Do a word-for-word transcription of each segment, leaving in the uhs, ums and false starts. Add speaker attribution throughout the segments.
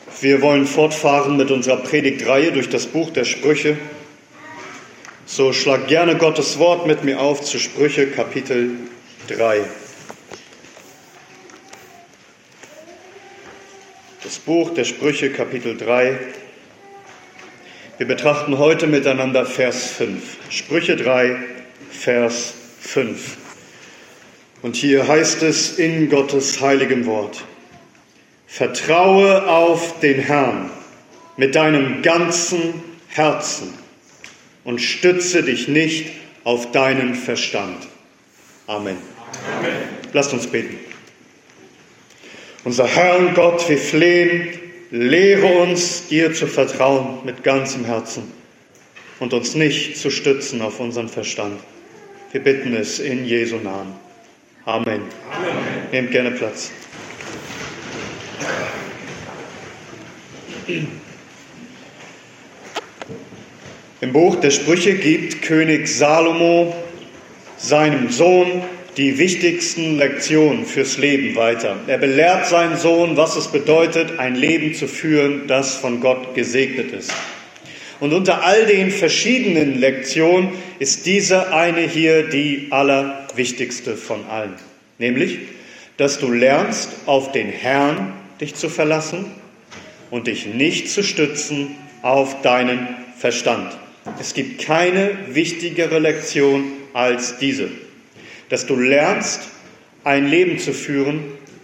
Speaker 1: Wir wollen fortfahren mit unserer Predigtreihe durch das Buch der Sprüche. So schlag gerne Gottes Wort mit mir auf zu Sprüche Kapitel drei. Das Buch der Sprüche Kapitel drei. Wir betrachten heute miteinander Vers fünf. Sprüche drei, Vers fünf. Und hier heißt es in Gottes heiligem Wort: Vertraue auf den Herrn mit deinem ganzen Herzen und stütze dich nicht auf deinen Verstand. Amen. Amen. Lasst uns beten. Unser Herr und Gott, wir flehen, lehre uns, dir zu vertrauen mit ganzem Herzen und uns nicht zu stützen auf unseren Verstand. Wir bitten es in Jesu Namen. Amen. Amen. Nehmt gerne Platz. Im Buch der Sprüche gibt König Salomo seinem Sohn die wichtigsten Lektionen fürs Leben weiter. Er belehrt seinen Sohn, was es bedeutet, ein Leben zu führen, das von Gott gesegnet ist. Und unter all den verschiedenen Lektionen ist diese eine hier die allerwichtigste von allen. Nämlich, dass du lernst, auf den Herrn dich zu verlassen und dich nicht zu stützen auf deinen Verstand. Es gibt keine wichtigere Lektion als diese. Dass du lernst, ein Leben zu führen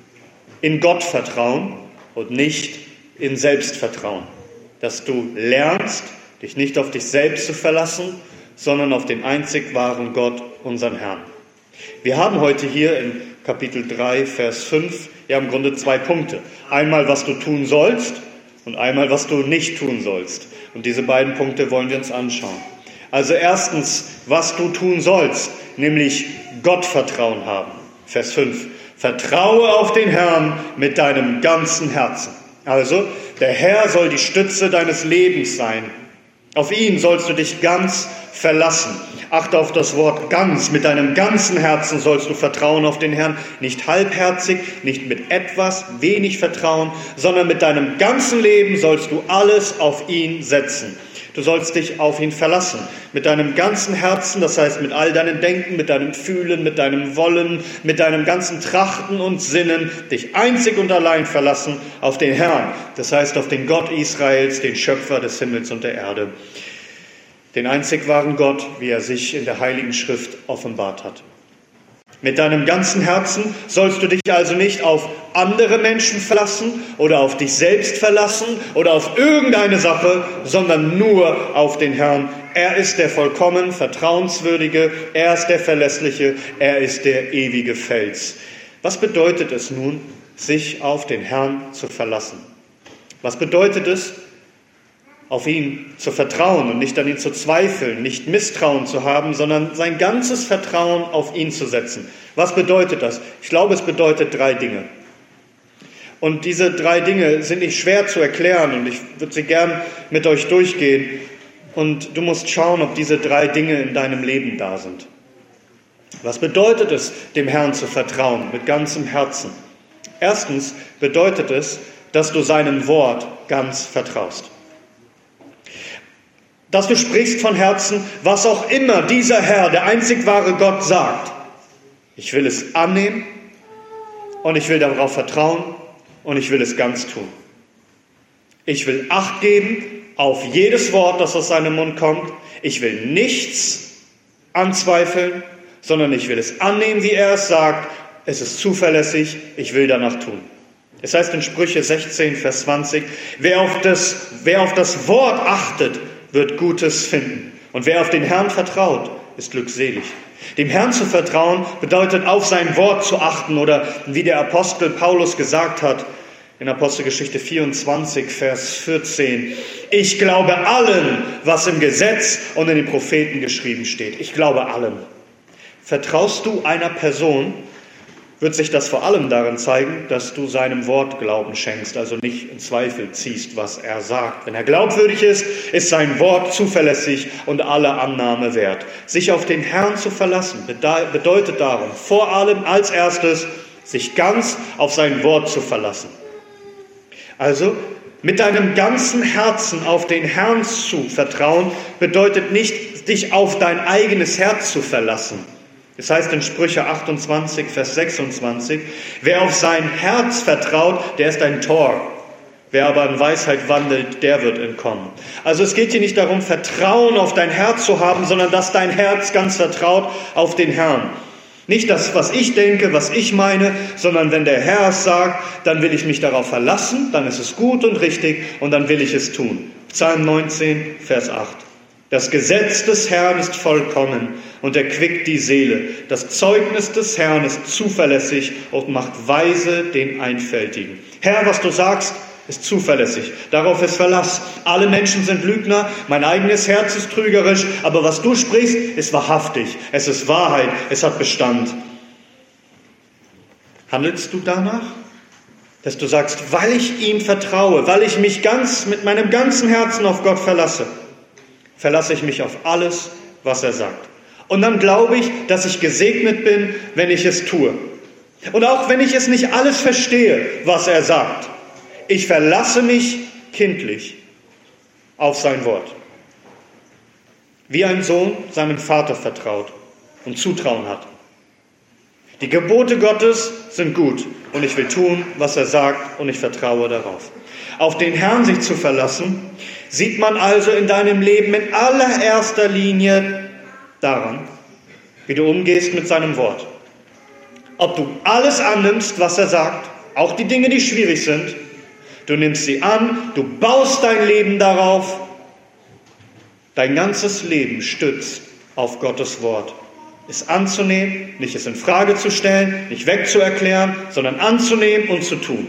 Speaker 1: in Gottvertrauen und nicht in Selbstvertrauen. Dass du lernst, dich nicht auf dich selbst zu verlassen, sondern auf den einzig wahren Gott, unseren Herrn. Wir haben heute hier in Kapitel drei, Vers fünf, ja im Grunde zwei Punkte. Einmal, was du tun sollst und einmal, was du nicht tun sollst. Und diese beiden Punkte wollen wir uns anschauen. Also erstens, was du tun sollst, nämlich Gottvertrauen haben. Vers fünf. Vertraue auf den Herrn mit deinem ganzen Herzen. Also, der Herr soll die Stütze deines Lebens sein. Auf ihn sollst du dich ganz verlassen. Achte auf das Wort ganz. Mit deinem ganzen Herzen sollst du vertrauen auf den Herrn. Nicht halbherzig, nicht mit etwas, wenig Vertrauen, sondern mit deinem ganzen Leben sollst du alles auf ihn setzen. Du sollst dich auf ihn verlassen. Mit deinem ganzen Herzen, das heißt mit all deinem Denken, mit deinem Fühlen, mit deinem Wollen, mit deinem ganzen Trachten und Sinnen, dich einzig und allein verlassen auf den Herrn. Das heißt auf den Gott Israels, den Schöpfer des Himmels und der Erde. Den einzig wahren Gott, wie er sich in der Heiligen Schrift offenbart hat. Mit deinem ganzen Herzen sollst du dich also nicht auf andere Menschen verlassen oder auf dich selbst verlassen oder auf irgendeine Sache, sondern nur auf den Herrn. Er ist der vollkommen Vertrauenswürdige, er ist der Verlässliche, er ist der ewige Fels. Was bedeutet es nun, sich auf den Herrn zu verlassen? Was bedeutet es, auf ihn zu vertrauen und nicht an ihn zu zweifeln, nicht Misstrauen zu haben, sondern sein ganzes Vertrauen auf ihn zu setzen? Was bedeutet das? Ich glaube, es bedeutet drei Dinge. Und diese drei Dinge sind nicht schwer zu erklären und ich würde sie gern mit euch durchgehen. Und du musst schauen, ob diese drei Dinge in deinem Leben da sind. Was bedeutet es, dem Herrn zu vertrauen mit ganzem Herzen? Erstens bedeutet es, dass du seinem Wort ganz vertraust. Dass du sprichst von Herzen, was auch immer dieser Herr, der einzig wahre Gott, sagt. Ich will es annehmen und ich will darauf vertrauen und ich will es ganz tun. Ich will Acht geben auf jedes Wort, das aus seinem Mund kommt. Ich will nichts anzweifeln, sondern ich will es annehmen, wie er es sagt. Es ist zuverlässig, ich will danach tun. Es heißt in Sprüche sechzehn, Vers zwanzig, wer auf das, wer auf das Wort achtet, wird Gutes finden. Und wer auf den Herrn vertraut, ist glückselig. Dem Herrn zu vertrauen bedeutet, auf sein Wort zu achten oder wie der Apostel Paulus gesagt hat, in Apostelgeschichte vierundzwanzig, Vers vierzehn, ich glaube allem, was im Gesetz und in den Propheten geschrieben steht. Ich glaube allem. Vertraust du einer Person, wird sich das vor allem darin zeigen, dass du seinem Wort Glauben schenkst, also nicht in Zweifel ziehst, was er sagt. Wenn er glaubwürdig ist, ist sein Wort zuverlässig und alle Annahme wert. Sich auf den Herrn zu verlassen bedeutet darum, vor allem als erstes, sich ganz auf sein Wort zu verlassen. Also Mit deinem ganzen Herzen auf den Herrn zu vertrauen, bedeutet nicht, dich auf dein eigenes Herz zu verlassen. Es heißt in Sprüche achtundzwanzig, Vers sechsundzwanzig, wer auf sein Herz vertraut, der ist ein Tor. Wer aber in Weisheit wandelt, der wird entkommen. Also es geht hier nicht darum, Vertrauen auf dein Herz zu haben, sondern dass dein Herz ganz vertraut auf den Herrn. Nicht das, was ich denke, was ich meine, sondern wenn der Herr es sagt, dann will ich mich darauf verlassen, dann ist es gut und richtig und dann will ich es tun. Psalm neunzehn, Vers acht. Das Gesetz des Herrn ist vollkommen und erquickt die Seele. Das Zeugnis des Herrn ist zuverlässig und macht weise den Einfältigen. Herr, was du sagst, ist zuverlässig. Darauf ist Verlass. Alle Menschen sind Lügner, mein eigenes Herz ist trügerisch, aber was du sprichst, ist wahrhaftig. Es ist Wahrheit, es hat Bestand. Handelst du danach? Dass du sagst, weil ich ihm vertraue, weil ich mich ganz mit meinem ganzen Herzen auf Gott verlasse, verlasse ich mich auf alles, was er sagt. Und dann glaube ich, dass ich gesegnet bin, wenn ich es tue. Und auch wenn ich es nicht alles verstehe, was er sagt. Ich verlasse mich kindlich auf sein Wort. Wie ein Sohn seinem Vater vertraut und Zutrauen hat. Die Gebote Gottes sind gut und ich will tun, was er sagt und ich vertraue darauf. Auf den Herrn sich zu verlassen, sieht man also in deinem Leben in allererster Linie daran, wie du umgehst mit seinem Wort. Ob du alles annimmst, was er sagt, auch die Dinge, die schwierig sind, du nimmst sie an, du baust dein Leben darauf. Dein ganzes Leben stützt auf Gottes Wort. Es anzunehmen, nicht es in Frage zu stellen, nicht wegzuerklären, sondern anzunehmen und zu tun.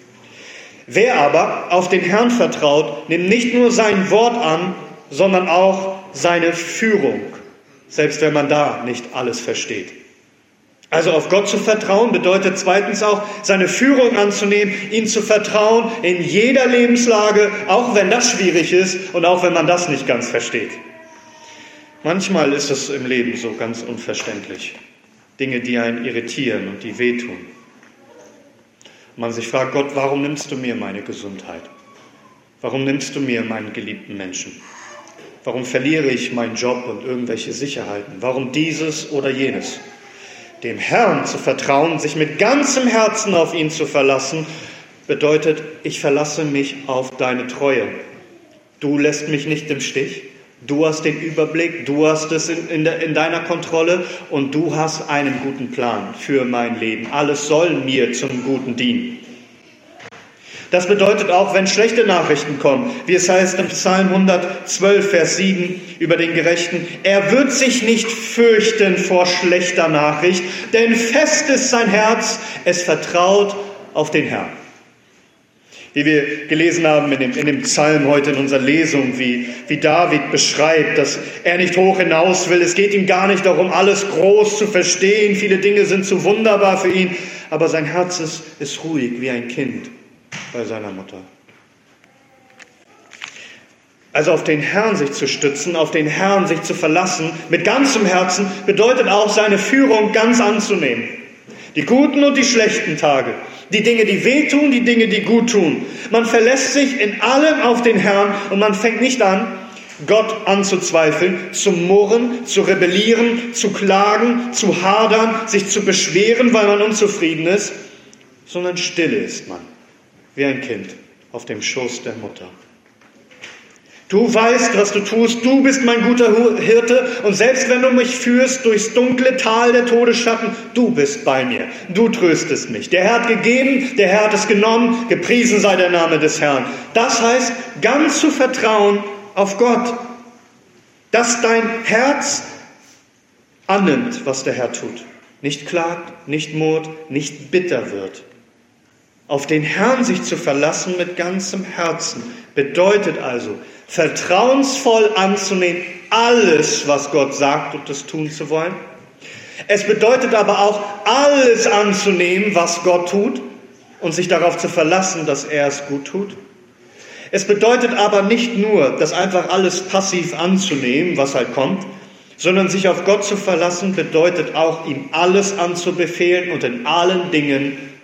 Speaker 1: Wer aber auf den Herrn vertraut, nimmt nicht nur sein Wort an, sondern auch seine Führung, selbst wenn man da nicht alles versteht. Also auf Gott zu vertrauen bedeutet zweitens auch, seine Führung anzunehmen, ihm zu vertrauen in jeder Lebenslage, auch wenn das schwierig ist und auch wenn man das nicht ganz versteht. Manchmal ist es im Leben so ganz unverständlich. Dinge, die einen irritieren und die wehtun. Und man sich fragt, Gott, warum nimmst du mir meine Gesundheit? Warum nimmst du mir meinen geliebten Menschen? Warum verliere ich meinen Job und irgendwelche Sicherheiten? Warum dieses oder jenes? Dem Herrn zu vertrauen, sich mit ganzem Herzen auf ihn zu verlassen, bedeutet, ich verlasse mich auf deine Treue. Du lässt mich nicht im Stich. Du hast den Überblick, du hast es in, in, de, in deiner Kontrolle und du hast einen guten Plan für mein Leben. Alles soll mir zum Guten dienen. Das bedeutet auch, wenn schlechte Nachrichten kommen, wie es heißt im Psalm hundertzwölf, Vers sieben über den Gerechten, er wird sich nicht fürchten vor schlechter Nachricht, denn fest ist sein Herz, es vertraut auf den Herrn. Wie wir gelesen haben in dem, in dem Psalm heute in unserer Lesung, wie, wie David beschreibt, dass er nicht hoch hinaus will. Es geht ihm gar nicht darum, alles groß zu verstehen. Viele Dinge sind zu wunderbar für ihn. Aber sein Herz ist, ist ruhig wie ein Kind bei seiner Mutter. Also auf den Herrn sich zu stützen, auf den Herrn sich zu verlassen, mit ganzem Herzen, bedeutet auch seine Führung ganz anzunehmen. Die guten und die schlechten Tage. Die Dinge, die wehtun, die Dinge, die gut tun. Man verlässt sich in allem auf den Herrn und man fängt nicht an, Gott anzuzweifeln, zu murren, zu rebellieren, zu klagen, zu hadern, sich zu beschweren, weil man unzufrieden ist, sondern stille ist man, wie ein Kind auf dem Schoß der Mutter. Du weißt, was du tust, du bist mein guter Hirte und selbst wenn du mich führst durchs dunkle Tal der Todesschatten, du bist bei mir, du tröstest mich. Der Herr hat gegeben, der Herr hat es genommen, gepriesen sei der Name des Herrn. Das heißt, ganz zu vertrauen auf Gott, dass dein Herz annimmt, was der Herr tut. Nicht klagt, nicht murrt, nicht bitter wird. Auf den Herrn sich zu verlassen mit ganzem Herzen bedeutet also, vertrauensvoll anzunehmen, alles, was Gott sagt und das tun zu wollen. Es bedeutet aber auch, alles anzunehmen, was Gott tut und sich darauf zu verlassen, dass er es gut tut. Es bedeutet aber nicht nur, das einfach alles passiv anzunehmen, was halt kommt, sondern sich auf Gott zu verlassen, bedeutet auch, ihm alles anzubefehlen und in allen Dingen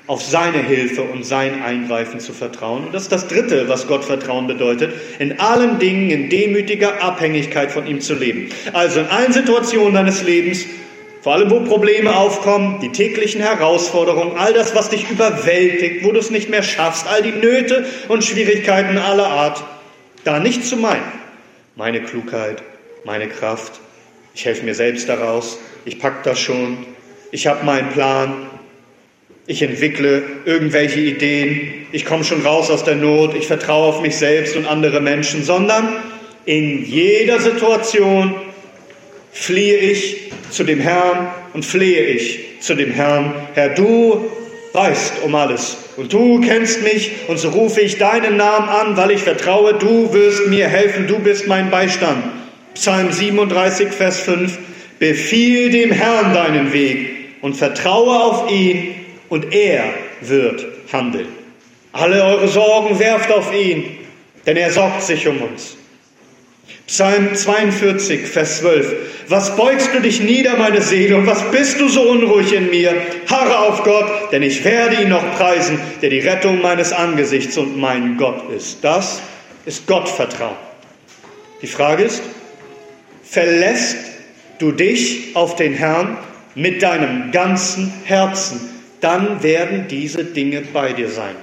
Speaker 1: auf seine Hilfe und sein Eingreifen zu vertrauen. Und das ist das Dritte, was Gottvertrauen bedeutet, in allen Dingen in demütiger Abhängigkeit von ihm zu leben. Also in allen Situationen deines Lebens, vor allem wo Probleme aufkommen, die täglichen Herausforderungen, all das, was dich überwältigt, wo du es nicht mehr schaffst, all die Nöte und Schwierigkeiten aller Art, da nicht zu meinen, meine Klugheit, meine Kraft, ich helfe mir selbst daraus, ich pack das schon, ich habe meinen Plan, ich entwickle irgendwelche Ideen, ich komme schon raus aus der Not, ich vertraue auf mich selbst und andere Menschen, sondern in jeder Situation fliehe ich zu dem Herrn und flehe ich zu dem Herrn. Herr, du weißt um alles und du kennst mich und so rufe ich deinen Namen an, weil ich vertraue, du wirst mir helfen, du bist mein Beistand. Psalm siebenunddreißig, Vers fünf, befiehl dem Herrn deinen Weg und vertraue auf ihn und er wird handeln. Alle eure Sorgen werft auf ihn, denn er sorgt sich um uns. Psalm zweiundvierzig, Vers zwölf. Was beugst du dich nieder, meine Seele, und was bist du so unruhig in mir? Harre auf Gott, denn ich werde ihn noch preisen, der die Rettung meines Angesichts und mein Gott ist. Das ist Gottvertrauen. Die Frage ist, verlässt du dich auf den Herrn mit deinem ganzen Herzen? Dann werden diese Dinge bei dir sein.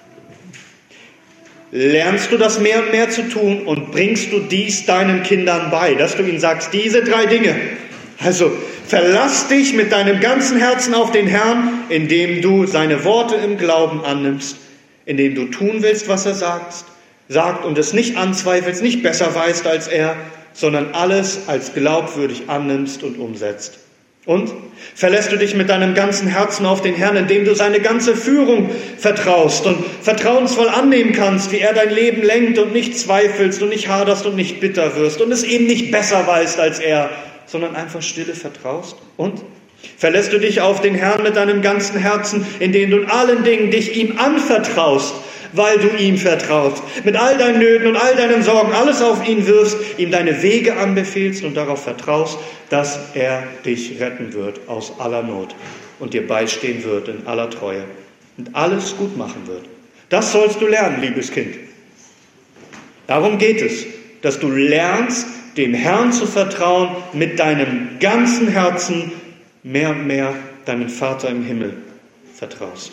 Speaker 1: Lernst du das mehr und mehr zu tun und bringst du dies deinen Kindern bei, dass du ihnen sagst, diese drei Dinge. Also verlass dich mit deinem ganzen Herzen auf den Herrn, indem du seine Worte im Glauben annimmst, indem du tun willst, was er sagt, sagt und es nicht anzweifelst, nicht besser weißt als er, sondern alles als glaubwürdig annimmst und umsetzt. Und verlässt du dich mit deinem ganzen Herzen auf den Herrn, indem du seine ganze Führung vertraust und vertrauensvoll annehmen kannst, wie er dein Leben lenkt und nicht zweifelst und nicht haderst und nicht bitter wirst und es eben nicht besser weißt als er, sondern einfach stille vertraust. Und verlässt du dich auf den Herrn mit deinem ganzen Herzen, indem du in allen Dingen dich ihm anvertraust, weil du ihm vertraust, mit all deinen Nöten und all deinen Sorgen alles auf ihn wirfst, ihm deine Wege anbefehlst und darauf vertraust, dass er dich retten wird aus aller Not und dir beistehen wird in aller Treue und alles gut machen wird. Das sollst du lernen, liebes Kind. Darum geht es, dass du lernst, dem Herrn zu vertrauen, mit deinem ganzen Herzen mehr und mehr deinem Vater im Himmel vertraust.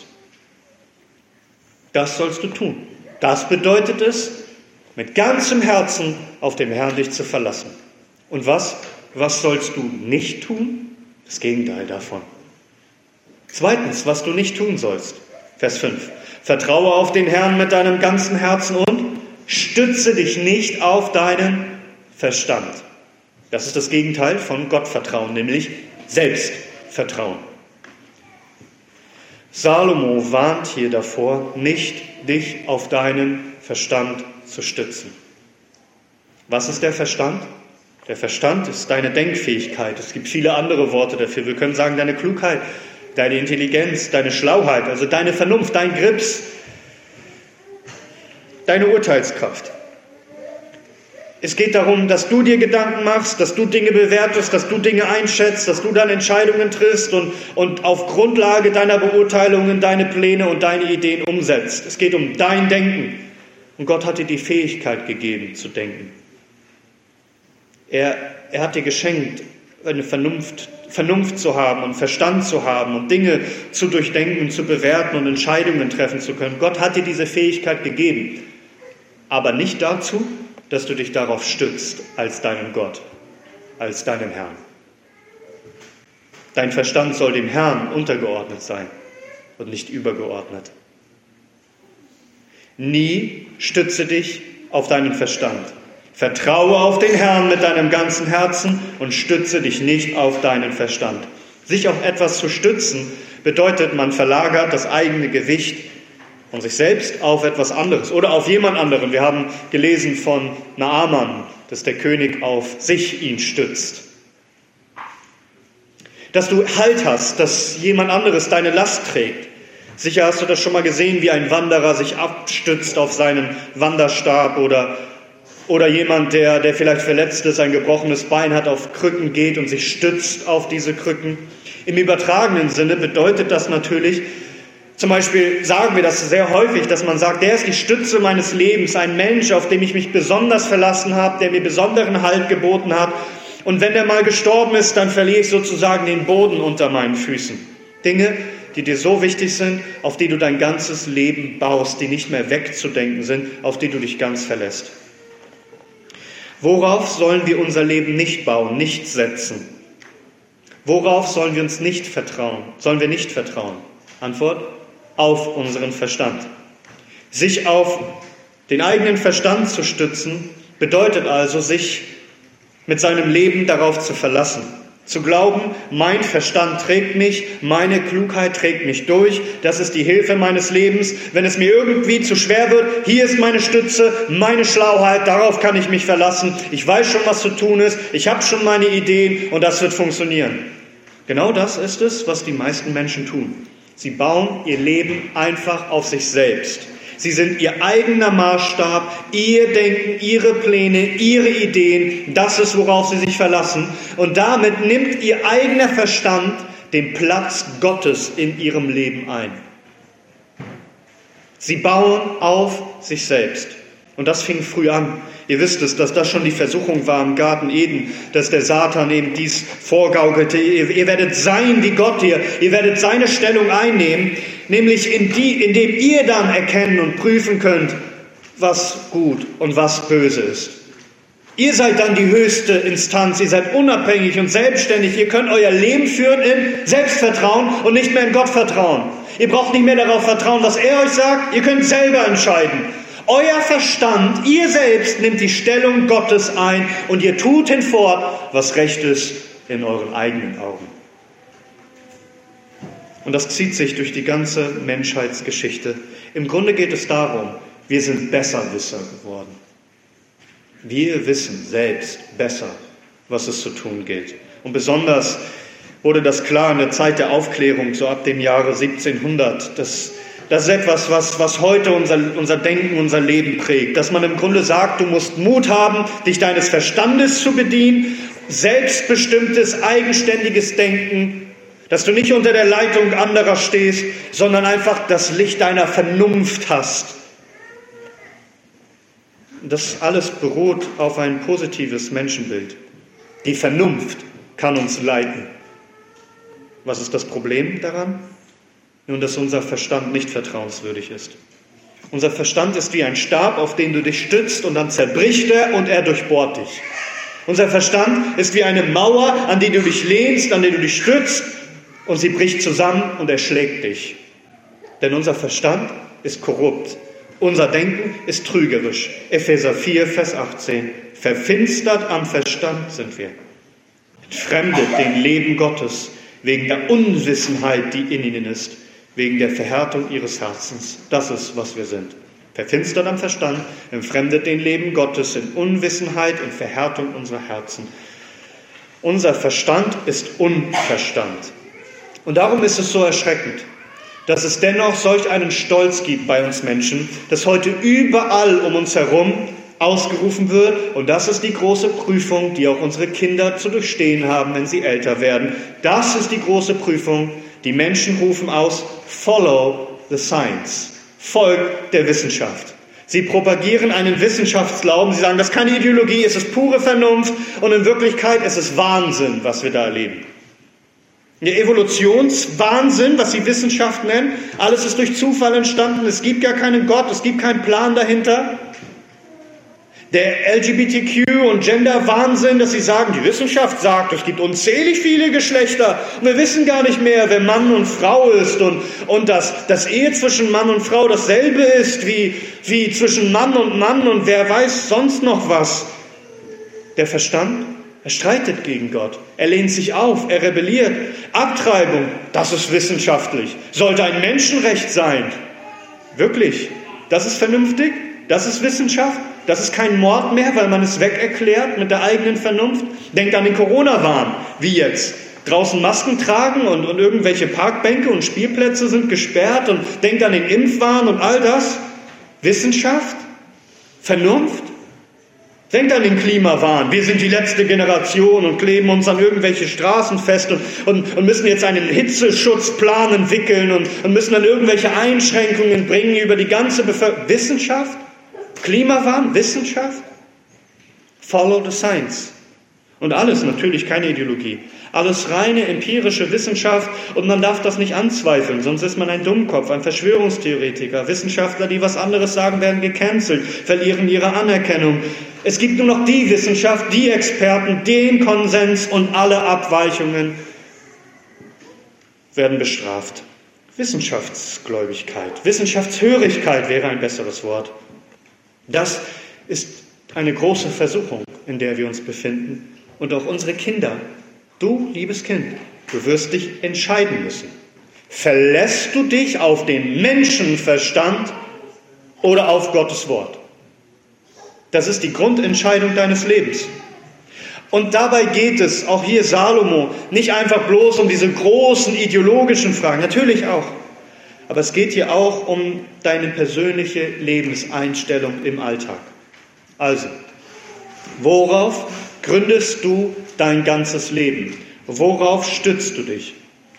Speaker 1: Das sollst du tun. Das bedeutet es, mit ganzem Herzen auf den Herrn dich zu verlassen. Und was? Was sollst du nicht tun? Das Gegenteil davon. Zweitens, was du nicht tun sollst. Vers fünf. Vertraue auf den Herrn mit deinem ganzen Herzen und stütze dich nicht auf deinen Verstand. Das ist das Gegenteil von Gottvertrauen, nämlich Selbstvertrauen. Salomo warnt hier davor, nicht dich auf deinen Verstand zu stützen. Was ist der Verstand? Der Verstand ist deine Denkfähigkeit. Es gibt viele andere Worte dafür. Wir können sagen, deine Klugheit, deine Intelligenz, deine Schlauheit, also deine Vernunft, dein Grips, deine Urteilskraft. Es geht darum, dass du dir Gedanken machst, dass du Dinge bewertest, dass du Dinge einschätzt, dass du dann Entscheidungen triffst und, und auf Grundlage deiner Beurteilungen deine Pläne und deine Ideen umsetzt. Es geht um dein Denken. Und Gott hat dir die Fähigkeit gegeben, zu denken. Er, er hat dir geschenkt, eine Vernunft, Vernunft zu haben und Verstand zu haben und Dinge zu durchdenken, zu bewerten und Entscheidungen treffen zu können. Gott hat dir diese Fähigkeit gegeben, aber nicht dazu, dass du dich darauf stützt als deinen Gott, als deinen Herrn. Dein Verstand soll dem Herrn untergeordnet sein und nicht übergeordnet. Nie stütze dich auf deinen Verstand. Vertraue auf den Herrn mit deinem ganzen Herzen und stütze dich nicht auf deinen Verstand. Sich auf etwas zu stützen bedeutet, man verlagert das eigene Gewicht von sich selbst auf etwas anderes oder auf jemand anderen. Wir haben gelesen von Naaman, dass der König auf sich ihn stützt. Dass du Halt hast, dass jemand anderes deine Last trägt. Sicher hast du das schon mal gesehen, wie ein Wanderer sich abstützt auf seinen Wanderstab oder, oder jemand, der, der vielleicht verletzt ist, ein gebrochenes Bein hat, auf Krücken geht und sich stützt auf diese Krücken. Im übertragenen Sinne bedeutet das natürlich, Zum Beispiel sagen wir das sehr häufig, dass man sagt, der ist die Stütze meines Lebens, ein Mensch, auf den ich mich besonders verlassen habe, der mir besonderen Halt geboten hat. Und wenn er mal gestorben ist, dann verliere ich sozusagen den Boden unter meinen Füßen. Dinge, die dir so wichtig sind, auf die du dein ganzes Leben baust, die nicht mehr wegzudenken sind, auf die du dich ganz verlässt. Worauf sollen wir unser Leben nicht bauen, nicht setzen? Worauf sollen wir uns nicht vertrauen? Sollen wir nicht vertrauen? Antwort: auf unseren Verstand. Sich auf den eigenen Verstand zu stützen, bedeutet also, sich mit seinem Leben darauf zu verlassen. Zu glauben, mein Verstand trägt mich, meine Klugheit trägt mich durch, das ist die Hilfe meines Lebens. Wenn es mir irgendwie zu schwer wird, hier ist meine Stütze, meine Schlauheit, darauf kann ich mich verlassen. Ich weiß schon, was zu tun ist, ich habe schon meine Ideen und das wird funktionieren. Genau das ist es, was die meisten Menschen tun. Sie bauen ihr Leben einfach auf sich selbst. Sie sind ihr eigener Maßstab, ihr Denken, ihre Pläne, ihre Ideen. Das ist, worauf sie sich verlassen. Und damit nimmt ihr eigener Verstand den Platz Gottes in ihrem Leben ein. Sie bauen auf sich selbst. Und das fing früh an. Ihr wisst es, dass das schon die Versuchung war im Garten Eden, dass der Satan eben dies vorgaukelte. Ihr, ihr werdet sein wie Gott hier, ihr werdet seine Stellung einnehmen, nämlich in die, indem ihr dann erkennen und prüfen könnt, was gut und was böse ist. Ihr seid dann die höchste Instanz, ihr seid unabhängig und selbstständig, ihr könnt euer Leben führen in Selbstvertrauen und nicht mehr in Gottvertrauen. Ihr braucht nicht mehr darauf vertrauen, was er euch sagt, ihr könnt selber entscheiden. Euer Verstand, ihr selbst, nimmt die Stellung Gottes ein und ihr tut hinfort, was recht ist in euren eigenen Augen. Und das zieht sich durch die ganze Menschheitsgeschichte. Im Grunde geht es darum, wir sind Besserwisser geworden. Wir wissen selbst besser, was es zu tun gilt. Und besonders wurde das klar in der Zeit der Aufklärung, so ab dem Jahre siebzehnhundert, dass Das ist etwas, was, was heute unser, unser Denken, unser Leben prägt. Dass man im Grunde sagt, du musst Mut haben, dich deines Verstandes zu bedienen, selbstbestimmtes, eigenständiges Denken, dass du nicht unter der Leitung anderer stehst, sondern einfach das Licht deiner Vernunft hast. Das alles beruht auf ein positives Menschenbild. Die Vernunft kann uns leiten. Was ist das Problem daran? Nun, dass unser Verstand nicht vertrauenswürdig ist. Unser Verstand ist wie ein Stab, auf den du dich stützt und dann zerbricht er und er durchbohrt dich. Unser Verstand ist wie eine Mauer, an die du dich lehnst, an die du dich stützt und sie bricht zusammen und erschlägt dich. Denn unser Verstand ist korrupt. Unser Denken ist trügerisch. Epheser vier, Vers achtzehn. Verfinstert am Verstand sind wir. Entfremdet dem Leben Gottes wegen der Unwissenheit, die in ihnen ist. Wegen der Verhärtung ihres Herzens. Das ist, was wir sind. Verfinstert am Verstand, entfremdet den Leben Gottes in Unwissenheit und Verhärtung unserer Herzen. Unser Verstand ist Unverstand. Und darum ist es so erschreckend, dass es dennoch solch einen Stolz gibt bei uns Menschen, dass heute überall um uns herum ausgerufen wird. Und das ist die große Prüfung, die auch unsere Kinder zu durchstehen haben, wenn sie älter werden. Das ist die große Prüfung. Die Menschen rufen aus, follow the science, folgt der Wissenschaft. Sie propagieren einen Wissenschaftsglauben, sie sagen, das ist keine Ideologie, es ist pure Vernunft und in Wirklichkeit ist es Wahnsinn, was wir da erleben. Der Evolutionswahnsinn, was sie Wissenschaft nennen, alles ist durch Zufall entstanden, es gibt gar keinen Gott, es gibt keinen Plan dahinter. Der L G B T Q- und Gender-Wahnsinn, dass sie sagen, die Wissenschaft sagt, es gibt unzählig viele Geschlechter und wir wissen gar nicht mehr, wer Mann und Frau ist und, und dass, dass Ehe zwischen Mann und Frau dasselbe ist wie, wie zwischen Mann und Mann und wer weiß sonst noch was. Der Verstand, er streitet gegen Gott, er lehnt sich auf, er rebelliert. Abtreibung, das ist wissenschaftlich, sollte ein Menschenrecht sein. Wirklich, das ist vernünftig, das ist Wissenschaft. Das ist kein Mord mehr, weil man es weg erklärt mit der eigenen Vernunft. Denkt an den Corona-Wahn, wie jetzt. Draußen Masken tragen und, und irgendwelche Parkbänke und Spielplätze sind gesperrt und denkt an den Impfwahn und all das. Wissenschaft? Vernunft? Denkt an den Klimawahn. Wir sind die letzte Generation und kleben uns an irgendwelche Straßen fest und, und, und müssen jetzt einen Hitzeschutzplan entwickeln und, und müssen dann irgendwelche Einschränkungen bringen über die ganze Bevölkerung. Wissenschaft? Klimawahn? Wissenschaft? Follow the science. Und alles natürlich keine Ideologie. Alles reine empirische Wissenschaft und man darf das nicht anzweifeln, sonst ist man ein Dummkopf, ein Verschwörungstheoretiker. Wissenschaftler, die was anderes sagen, werden gecancelt, verlieren ihre Anerkennung. Es gibt nur noch die Wissenschaft, die Experten, den Konsens und alle Abweichungen werden bestraft. Wissenschaftsgläubigkeit, Wissenschaftshörigkeit wäre ein besseres Wort. Das ist eine große Versuchung, in der wir uns befinden. Und auch unsere Kinder. Du, liebes Kind, du wirst dich entscheiden müssen. Verlässt du dich auf den Menschenverstand oder auf Gottes Wort? Das ist die Grundentscheidung deines Lebens. Und dabei geht es, auch hier Salomo, nicht einfach bloß um diese großen ideologischen Fragen, natürlich auch. Aber es geht hier auch um deine persönliche Lebenseinstellung im Alltag. Also, worauf gründest du dein ganzes Leben? Worauf stützt du dich?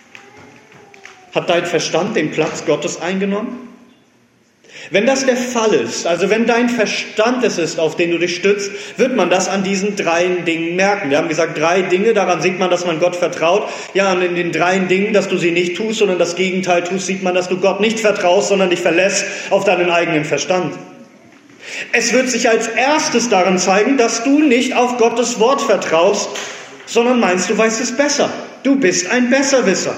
Speaker 1: Hat dein Verstand den Platz Gottes eingenommen? Wenn das der Fall ist, also wenn dein Verstand es ist, auf den du dich stützt, wird man das an diesen drei Dingen merken. Wir haben gesagt, drei Dinge, daran sieht man, dass man Gott vertraut. Ja, und in den drei Dingen, dass du sie nicht tust, sondern das Gegenteil tust, sieht man, dass du Gott nicht vertraust, sondern dich verlässt auf deinen eigenen Verstand. Es wird sich als erstes darin zeigen, dass du nicht auf Gottes Wort vertraust, sondern meinst, du weißt es besser. Du bist ein Besserwisser.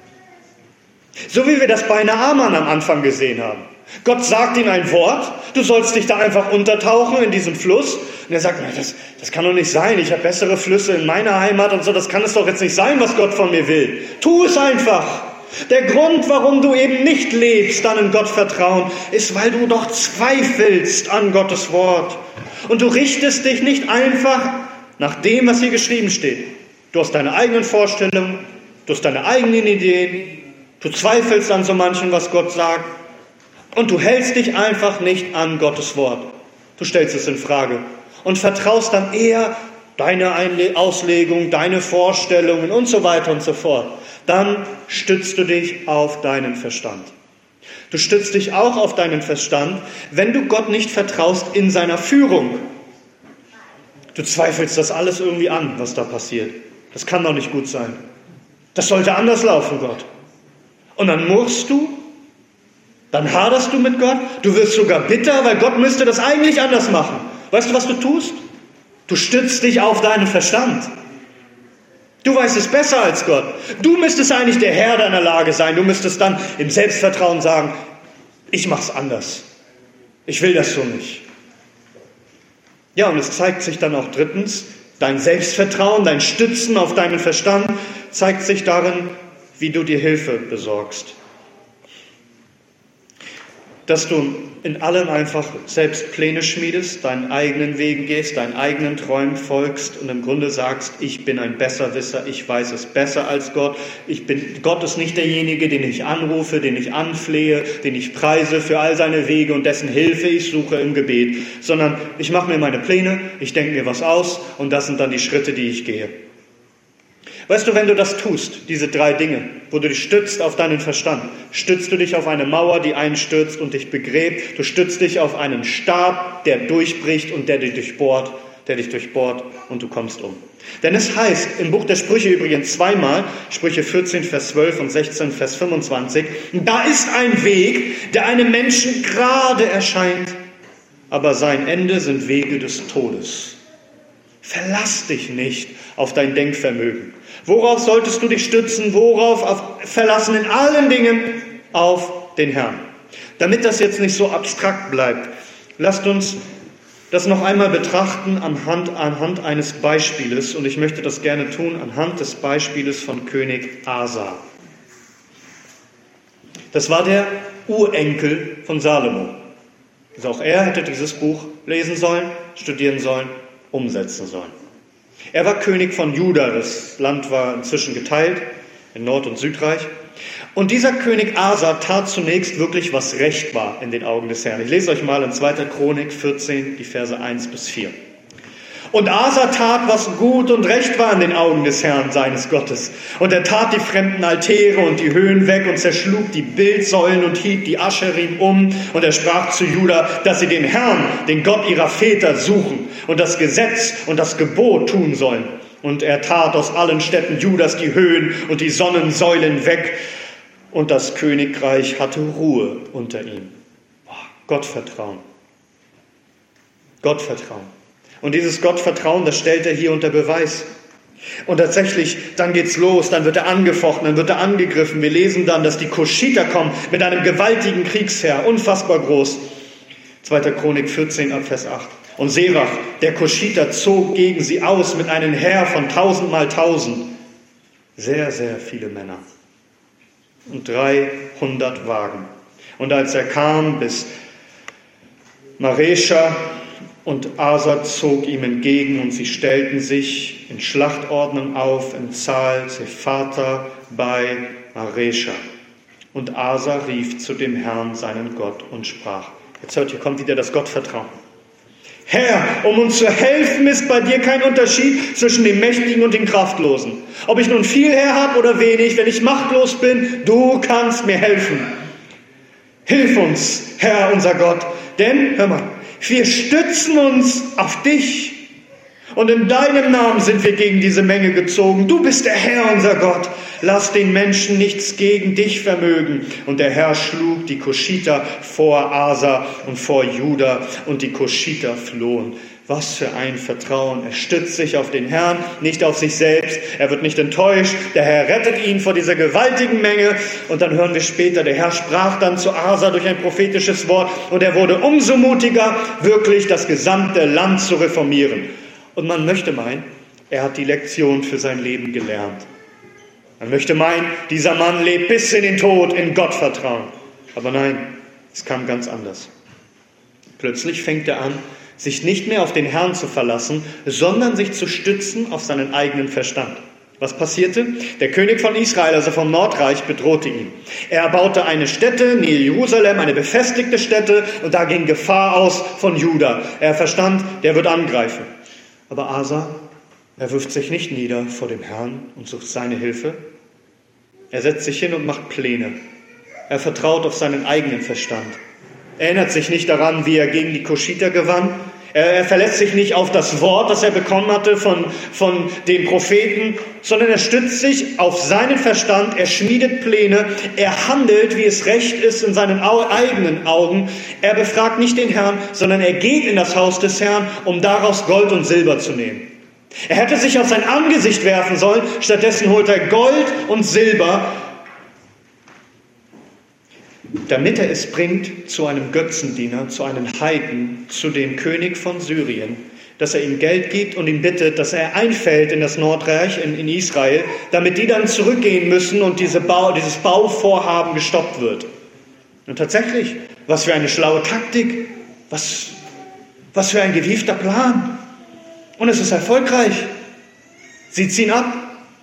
Speaker 1: So wie wir das bei Naaman am Anfang gesehen haben. Gott sagt ihm ein Wort, du sollst dich da einfach untertauchen in diesen Fluss. Und er sagt, das, das kann doch nicht sein, ich habe bessere Flüsse in meiner Heimat und so, das kann es doch jetzt nicht sein, was Gott von mir will. Tu es einfach. Der Grund, warum du eben nicht lebst, dann in Gott vertrauen, ist, weil du doch zweifelst an Gottes Wort. Und du richtest dich nicht einfach nach dem, was hier geschrieben steht. Du hast deine eigenen Vorstellungen, du hast deine eigenen Ideen, du zweifelst an so manchem, was Gott sagt. Und du hältst dich einfach nicht an Gottes Wort. Du stellst es in Frage und vertraust dann eher deine Auslegung, deine Vorstellungen und so weiter und so fort. Dann stützt du dich auf deinen Verstand. Du stützt dich auch auf deinen Verstand, wenn du Gott nicht vertraust in seiner Führung. Du zweifelst das alles irgendwie an, was da passiert. Das kann doch nicht gut sein. Das sollte anders laufen, Gott. Und dann murrst du, dann haderst du mit Gott, du wirst sogar bitter, weil Gott müsste das eigentlich anders machen. Weißt du, was du tust? Du stützt dich auf deinen Verstand. Du weißt es besser als Gott. Du müsstest eigentlich der Herr deiner Lage sein. Du müsstest dann im Selbstvertrauen sagen, ich mach's anders. Ich will das so nicht. Ja, und es zeigt sich dann auch drittens, dein Selbstvertrauen, dein Stützen auf deinen Verstand zeigt sich darin, wie du dir Hilfe besorgst. Dass du in allem einfach selbst Pläne schmiedest, deinen eigenen Wegen gehst, deinen eigenen Träumen folgst und im Grunde sagst, ich bin ein Besserwisser, ich weiß es besser als Gott. Ich bin, Gott ist nicht derjenige, den ich anrufe, den ich anflehe, den ich preise für all seine Wege und dessen Hilfe ich suche im Gebet, sondern ich mache mir meine Pläne, ich denke mir was aus und das sind dann die Schritte, die ich gehe. Weißt du, wenn du das tust, diese drei Dinge, wo du dich stützt auf deinen Verstand, stützt du dich auf eine Mauer, die einstürzt und dich begräbt. Du stützt dich auf einen Stab, der durchbricht und der dich durchbohrt, der dich durchbohrt und du kommst um. Denn es heißt im Buch der Sprüche übrigens zweimal, Sprüche vierzehn, Vers zwölf und sechzehn, Vers fünfundzwanzig, da ist ein Weg, der einem Menschen gerade erscheint, aber sein Ende sind Wege des Todes. Verlass dich nicht auf dein Denkvermögen. Worauf solltest du dich stützen? Worauf auf, verlassen in allen Dingen? Auf den Herrn. Damit das jetzt nicht so abstrakt bleibt, lasst uns das noch einmal betrachten anhand, anhand eines Beispieles. Und ich möchte das gerne tun anhand des Beispieles von König Asa. Das war der Urenkel von Salomo. Also auch er hätte dieses Buch lesen sollen, studieren sollen, umsetzen sollen. Er war König von Juda, das Land war inzwischen geteilt in Nord- und Südreich. Und dieser König Asa tat zunächst wirklich, was recht war in den Augen des Herrn. Ich lese euch mal in zweiter Chronik vierzehn, die Verse eins bis vier. Und Asa tat, was gut und recht war in den Augen des Herrn, seines Gottes. Und er tat die fremden Altäre und die Höhen weg und zerschlug die Bildsäulen und hieb die Ascherim um. Und er sprach zu Juda, dass sie den Herrn, den Gott ihrer Väter, suchen und das Gesetz und das Gebot tun sollen. Und er tat aus allen Städten Judas die Höhen und die Sonnensäulen weg. Und das Königreich hatte Ruhe unter ihm. Boah, Gottvertrauen. Gottvertrauen. Und dieses Gottvertrauen, das stellt er hier unter Beweis. Und tatsächlich, dann geht's los, dann wird er angefochten, dann wird er angegriffen. Wir lesen dann, dass die Kuschiter kommen mit einem gewaltigen Kriegsheer, unfassbar groß. zweiter Chronik vierzehn ab Vers acht. Und Serach, der Kuschiter, zog gegen sie aus mit einem Heer von tausend mal tausend. Sehr, sehr viele Männer. Und dreihundert Wagen. Und als er kam bis Maresha, und Asa zog ihm entgegen, und sie stellten sich in Schlachtordnung auf, in Zahl Sephata bei Maresha. Und Asa rief zu dem Herrn, seinen Gott, und sprach. Jetzt hört, hier kommt wieder das Gottvertrauen. Herr, um uns zu helfen, ist bei dir kein Unterschied zwischen dem Mächtigen und dem Kraftlosen. Ob ich nun viel Herr habe oder wenig, wenn ich machtlos bin, du kannst mir helfen. Hilf uns, Herr, unser Gott, denn, hör mal, wir stützen uns auf dich. Und in deinem Namen sind wir gegen diese Menge gezogen. Du bist der Herr, unser Gott. Lass den Menschen nichts gegen dich vermögen. Und der Herr schlug die Kuschiter vor Asa und vor Juda, und die Kuschiter flohen. Was für ein Vertrauen. Er stützt sich auf den Herrn, nicht auf sich selbst. Er wird nicht enttäuscht. Der Herr rettet ihn vor dieser gewaltigen Menge. Und dann hören wir später, der Herr sprach dann zu Asa durch ein prophetisches Wort. Und er wurde umso mutiger, wirklich das gesamte Land zu reformieren. Und man möchte meinen, er hat die Lektion für sein Leben gelernt. Man möchte meinen, dieser Mann lebt bis in den Tod in Gottvertrauen. Aber nein, es kam ganz anders. Plötzlich fängt er an, sich nicht mehr auf den Herrn zu verlassen, sondern sich zu stützen auf seinen eigenen Verstand. Was passierte? Der König von Israel, also vom Nordreich, bedrohte ihn. Er baute eine Stätte nähe Jerusalem, eine befestigte Stätte, und da ging Gefahr aus von Juda. Er verstand, der wird angreifen. Aber Asa, er wirft sich nicht nieder vor dem Herrn und sucht seine Hilfe. Er setzt sich hin und macht Pläne. Er vertraut auf seinen eigenen Verstand. Er erinnert sich nicht daran, wie er gegen die Kuschiter gewann. Er, er verlässt sich nicht auf das Wort, das er bekommen hatte von, von den Propheten, sondern er stützt sich auf seinen Verstand, er schmiedet Pläne, er handelt, wie es recht ist, in seinen eigenen Augen. Er befragt nicht den Herrn, sondern er geht in das Haus des Herrn, um daraus Gold und Silber zu nehmen. Er hätte sich auf sein Angesicht werfen sollen, stattdessen holt er Gold und Silber, damit er es bringt zu einem Götzendiener, zu einem Heiden, zu dem König von Syrien, dass er ihm Geld gibt und ihn bittet, dass er einfällt in das Nordreich, in, in Israel, damit die dann zurückgehen müssen und diese Bau, dieses Bauvorhaben gestoppt wird. Und tatsächlich, was für eine schlaue Taktik, was, was für ein gewiefter Plan. Und es ist erfolgreich. Sie ziehen ab.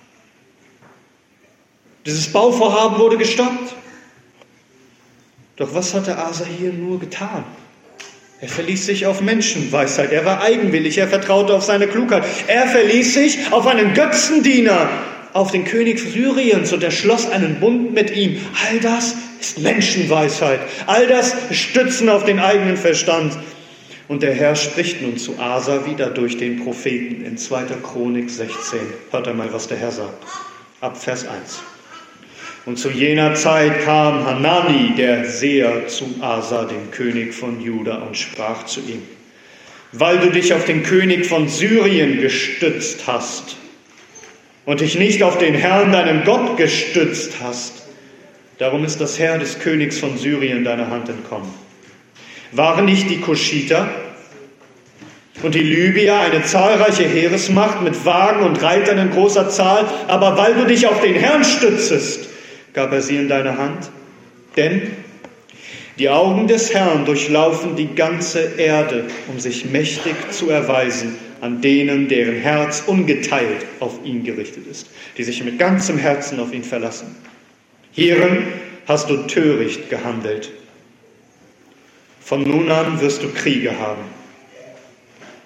Speaker 1: Dieses Bauvorhaben wurde gestoppt. Doch was hatte Asa hier nur getan? Er verließ sich auf Menschenweisheit. Er war eigenwillig. Er vertraute auf seine Klugheit. Er verließ sich auf einen Götzendiener, auf den König Syriens, und er schloss einen Bund mit ihm. All das ist Menschenweisheit. All das Stützen auf den eigenen Verstand. Und der Herr spricht nun zu Asa wieder durch den Propheten in zweiter Chronik sechzehn. Hört einmal, was der Herr sagt. Ab Vers eins. Und zu jener Zeit kam Hanani, der Seher, zu Asa, dem König von Juda, und sprach zu ihm: Weil du dich auf den König von Syrien gestützt hast und dich nicht auf den Herrn, deinen Gott, gestützt hast, darum ist das Heer des Königs von Syrien deiner Hand entkommen. Waren nicht die Kuschiter und die Libyer eine zahlreiche Heeresmacht mit Wagen und Reitern in großer Zahl, aber weil du dich auf den Herrn stützest, gab er sie in deine Hand? Denn die Augen des Herrn durchlaufen die ganze Erde, um sich mächtig zu erweisen an denen, deren Herz ungeteilt auf ihn gerichtet ist, die sich mit ganzem Herzen auf ihn verlassen. Hierin hast du töricht gehandelt. Von nun an wirst du Kriege haben.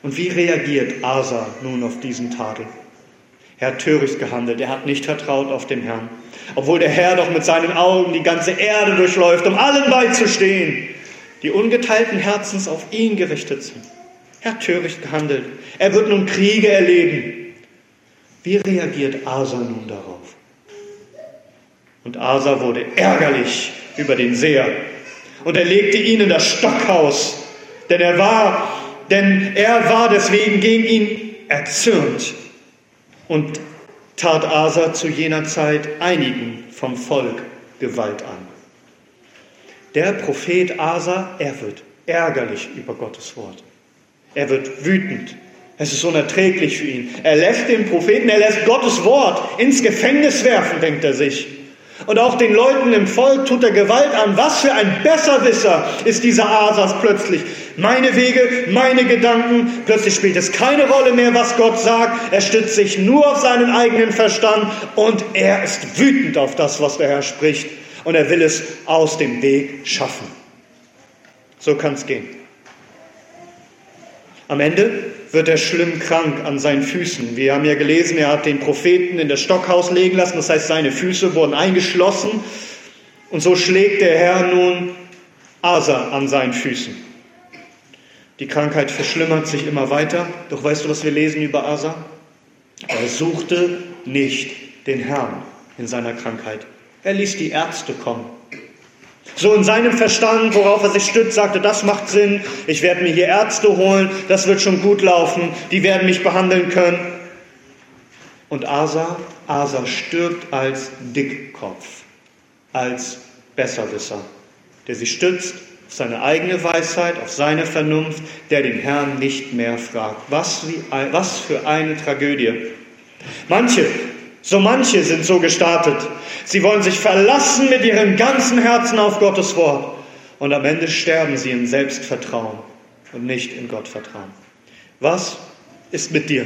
Speaker 1: Und wie reagiert Asa nun auf diesen Tadel? Er hat töricht gehandelt, er hat nicht vertraut auf den Herrn. Obwohl der Herr doch mit seinen Augen die ganze Erde durchläuft, um allen beizustehen, die ungeteilten Herzens auf ihn gerichtet sind. Er hat töricht gehandelt. Er wird nun Kriege erleben. Wie reagiert Asa nun darauf? Und Asa wurde ärgerlich über den Seher. Und er legte ihn in das Stockhaus, denn er war, denn er war deswegen gegen ihn erzürnt. Und tat Asa zu jener Zeit einigen vom Volk Gewalt an. Der Prophet Asa, er wird ärgerlich über Gottes Wort. Er wird wütend. Es ist unerträglich für ihn. Er lässt den Propheten, er lässt Gottes Wort ins Gefängnis werfen, denkt er sich. Und auch den Leuten im Volk tut er Gewalt an. Was für ein Besserwisser ist dieser Asas plötzlich. Meine Wege, meine Gedanken. Plötzlich spielt es keine Rolle mehr, was Gott sagt. Er stützt sich nur auf seinen eigenen Verstand und er ist wütend auf das, was der Herr spricht. Und er will es aus dem Weg schaffen. So kann es gehen. Am Ende wird er schlimm krank an seinen Füßen. Wir haben ja gelesen, er hat den Propheten in das Stockhaus legen lassen. Das heißt, seine Füße wurden eingeschlossen. Und so schlägt der Herr nun Asa an seinen Füßen. Die Krankheit verschlimmert sich immer weiter. Doch weißt du, was wir lesen über Asa? Er suchte nicht den Herrn in seiner Krankheit. Er ließ die Ärzte kommen. So in seinem Verstand, worauf er sich stützt, sagte, das macht Sinn, ich werde mir hier Ärzte holen, das wird schon gut laufen, die werden mich behandeln können. Und Asa, Asa stirbt als Dickkopf, als Besserwisser, der sich stützt auf seine eigene Weisheit, auf seine Vernunft, der den Herrn nicht mehr fragt. Was, wie, was für eine Tragödie. Manche, so manche sind so gestartet. Sie wollen sich verlassen mit ihrem ganzen Herzen auf Gottes Wort. Und am Ende sterben sie in Selbstvertrauen und nicht in Gottvertrauen. Was ist mit dir?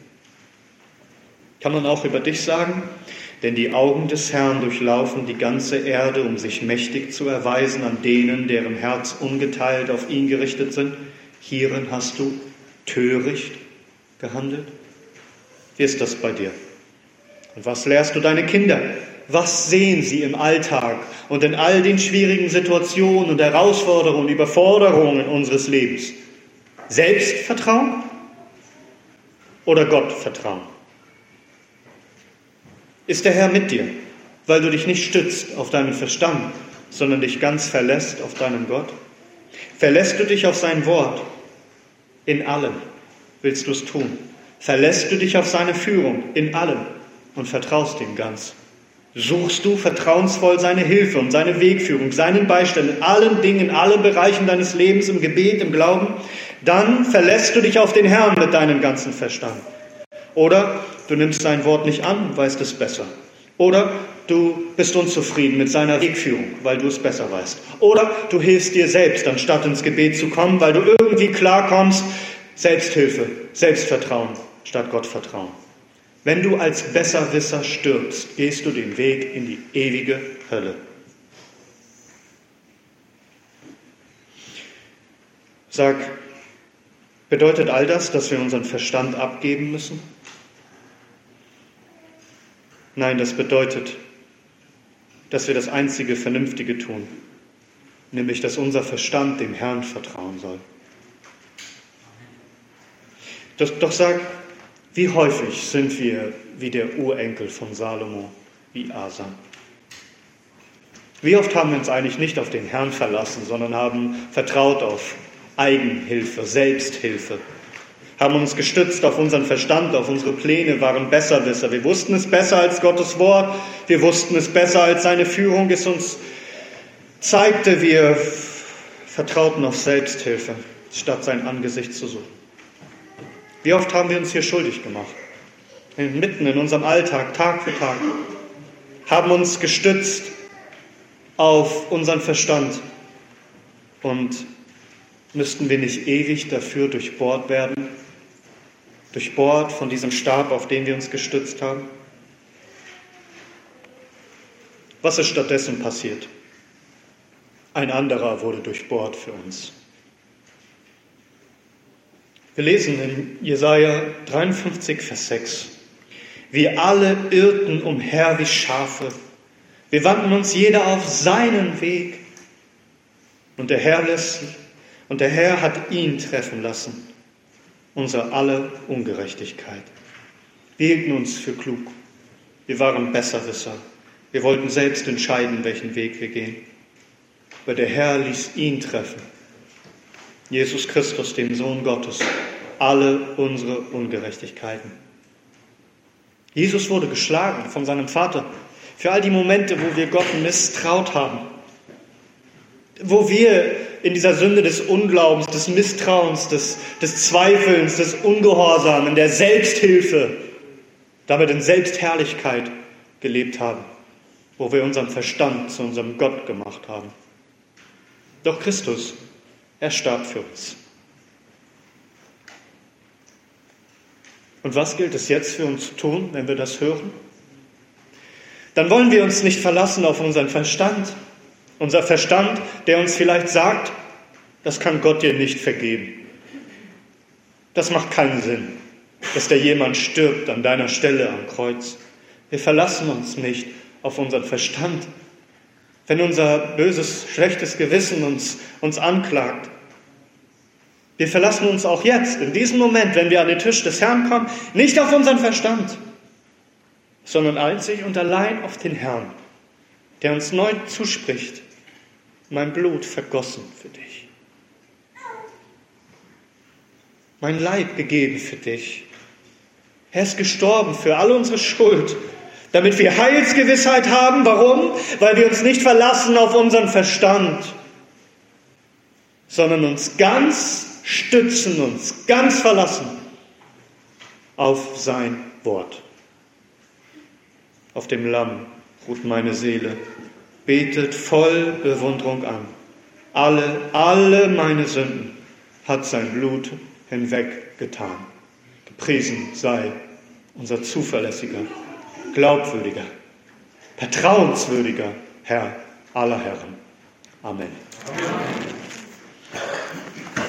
Speaker 1: Kann man auch über dich sagen? Denn die Augen des Herrn durchlaufen die ganze Erde, um sich mächtig zu erweisen an denen, deren Herz ungeteilt auf ihn gerichtet sind. Hierin hast du töricht gehandelt. Wie ist das bei dir? Und was lehrst du deine Kinder? Was sehen sie im Alltag und in all den schwierigen Situationen und Herausforderungen, Überforderungen unseres Lebens? Selbstvertrauen oder Gottvertrauen? Ist der Herr mit dir, weil du dich nicht stützt auf deinen Verstand, sondern dich ganz verlässt auf deinen Gott? Verlässt du dich auf sein Wort? In allem willst du es tun. Verlässt du dich auf seine Führung? In allem und vertraust ihm ganz. Suchst du vertrauensvoll seine Hilfe und seine Wegführung, seinen Beistand in allen Dingen, in allen Bereichen deines Lebens, im Gebet, im Glauben? Dann verlässt du dich auf den Herrn mit deinem ganzen Verstand. Oder du nimmst sein Wort nicht an und weißt es besser. Oder du bist unzufrieden mit seiner Wegführung, weil du es besser weißt. Oder du hilfst dir selbst, anstatt ins Gebet zu kommen, weil du irgendwie klarkommst. Selbsthilfe, Selbstvertrauen statt Gottvertrauen. Wenn du als Besserwisser stirbst, gehst du den Weg in die ewige Hölle. Sag, bedeutet all das, dass wir unseren Verstand abgeben müssen? Nein, das bedeutet, dass wir das einzige Vernünftige tun, nämlich, dass unser Verstand dem Herrn vertrauen soll. Doch, doch sag, wie häufig sind wir wie der Urenkel von Salomo, wie Asa? Wie oft haben wir uns eigentlich nicht auf den Herrn verlassen, sondern haben vertraut auf Eigenhilfe, Selbsthilfe, haben uns gestützt auf unseren Verstand, auf unsere Pläne, waren Besserwisser. Wir wussten es besser als Gottes Wort, wir wussten es besser als seine Führung es uns zeigte. Wir vertrauten auf Selbsthilfe, statt sein Angesicht zu suchen. Wie oft haben wir uns hier schuldig gemacht? Mitten in unserem Alltag, Tag für Tag, haben uns gestützt auf unseren Verstand. Und müssten wir nicht ewig dafür durchbohrt werden? Durchbohrt von diesem Stab, auf den wir uns gestützt haben? Was ist stattdessen passiert? Ein anderer wurde durchbohrt für uns. Wir lesen in Jesaja dreiundfünfzig, Vers sechs. Wir alle irrten umher wie Schafe. Wir wandten uns jeder auf seinen Weg. Und der Herr lässt, und der Herr hat ihn treffen lassen, unsere aller Ungerechtigkeit. Wir hielten uns für klug. Wir waren Besserwisser. Wir wollten selbst entscheiden, welchen Weg wir gehen. Aber der Herr ließ ihn treffen. Jesus Christus, den Sohn Gottes, alle unsere Ungerechtigkeiten. Jesus wurde geschlagen von seinem Vater für all die Momente, wo wir Gott misstraut haben. Wo wir in dieser Sünde des Unglaubens, des Misstrauens, des, des Zweifelns, des Ungehorsams, in der Selbsthilfe, damit in Selbstherrlichkeit gelebt haben, wo wir unseren Verstand zu unserem Gott gemacht haben. Doch Christus, er starb für uns. Und was gilt es jetzt für uns zu tun, wenn wir das hören? Dann wollen wir uns nicht verlassen auf unseren Verstand. Unser Verstand, der uns vielleicht sagt, das kann Gott dir nicht vergeben. Das macht keinen Sinn, dass da jemand stirbt an deiner Stelle am Kreuz. Wir verlassen uns nicht auf unseren Verstand. Wenn unser böses, schlechtes Gewissen uns, uns anklagt. Wir verlassen uns auch jetzt, in diesem Moment, wenn wir an den Tisch des Herrn kommen, nicht auf unseren Verstand, sondern einzig und allein auf den Herrn, der uns neu zuspricht, mein Blut vergossen für dich. Mein Leib gegeben für dich. Er ist gestorben für all unsere Schuld, damit wir Heilsgewissheit haben. Warum? Weil wir uns nicht verlassen auf unseren Verstand, sondern uns ganz stützen, uns ganz verlassen auf sein Wort. Auf dem Lamm ruht meine Seele, betet voll Bewunderung an. Alle, alle meine Sünden hat sein Blut hinweggetan. Gepriesen sei unser zuverlässiger, glaubwürdiger, vertrauenswürdiger Herr aller Herren. Amen. Amen.